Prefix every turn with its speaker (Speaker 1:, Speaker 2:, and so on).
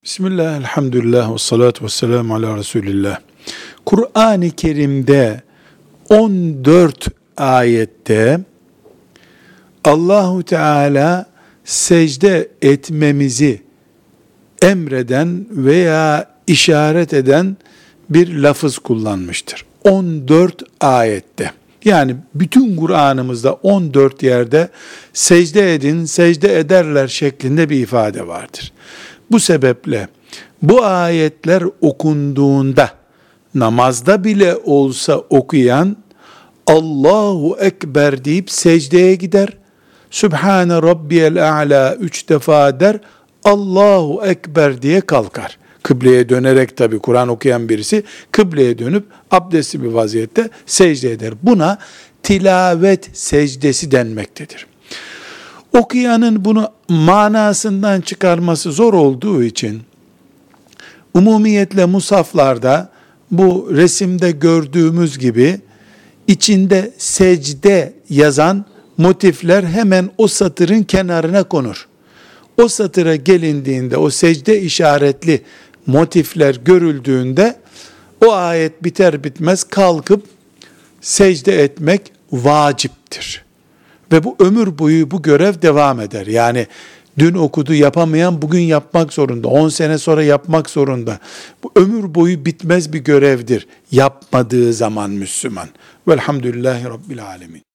Speaker 1: Bismillah, elhamdülillah, ve salatu ve selamu ala Resulillah. Kur'an-ı Kerim'de 14 ayette Allahu Teala secde etmemizi emreden veya işaret eden bir lafız kullanmıştır. 14 ayette. Yani bütün Kur'an'ımızda 14 yerde secde edin, secde ederler şeklinde bir ifade vardır. Bu sebeple bu ayetler okunduğunda namazda bile olsa okuyan Allahu Ekber deyip secdeye gider. Sübhane Rabbiyel A'la 3 defa der. Allahu Ekber diye kalkar. Kıbleye dönerek, tabi Kur'an okuyan birisi kıbleye dönüp abdestli bir vaziyette secde eder. Buna tilavet secdesi denmektedir. Okuyanın bunu manasından çıkarması zor olduğu için umumiyetle musaflarda bu resimde gördüğümüz gibi içinde secde yazan motifler hemen o satırın kenarına konur. O satıra gelindiğinde, o secde işaretli motifler görüldüğünde o ayet biter bitmez kalkıp secde etmek vaciptir. Ve bu ömür boyu bu görev devam eder. Yani dün okudu yapamayan bugün yapmak zorunda. 10 sene sonra yapmak zorunda. Bu ömür boyu bitmez bir görevdir. Yapmadığı zaman Müslüman. Velhamdülillahi Rabbil Alemin.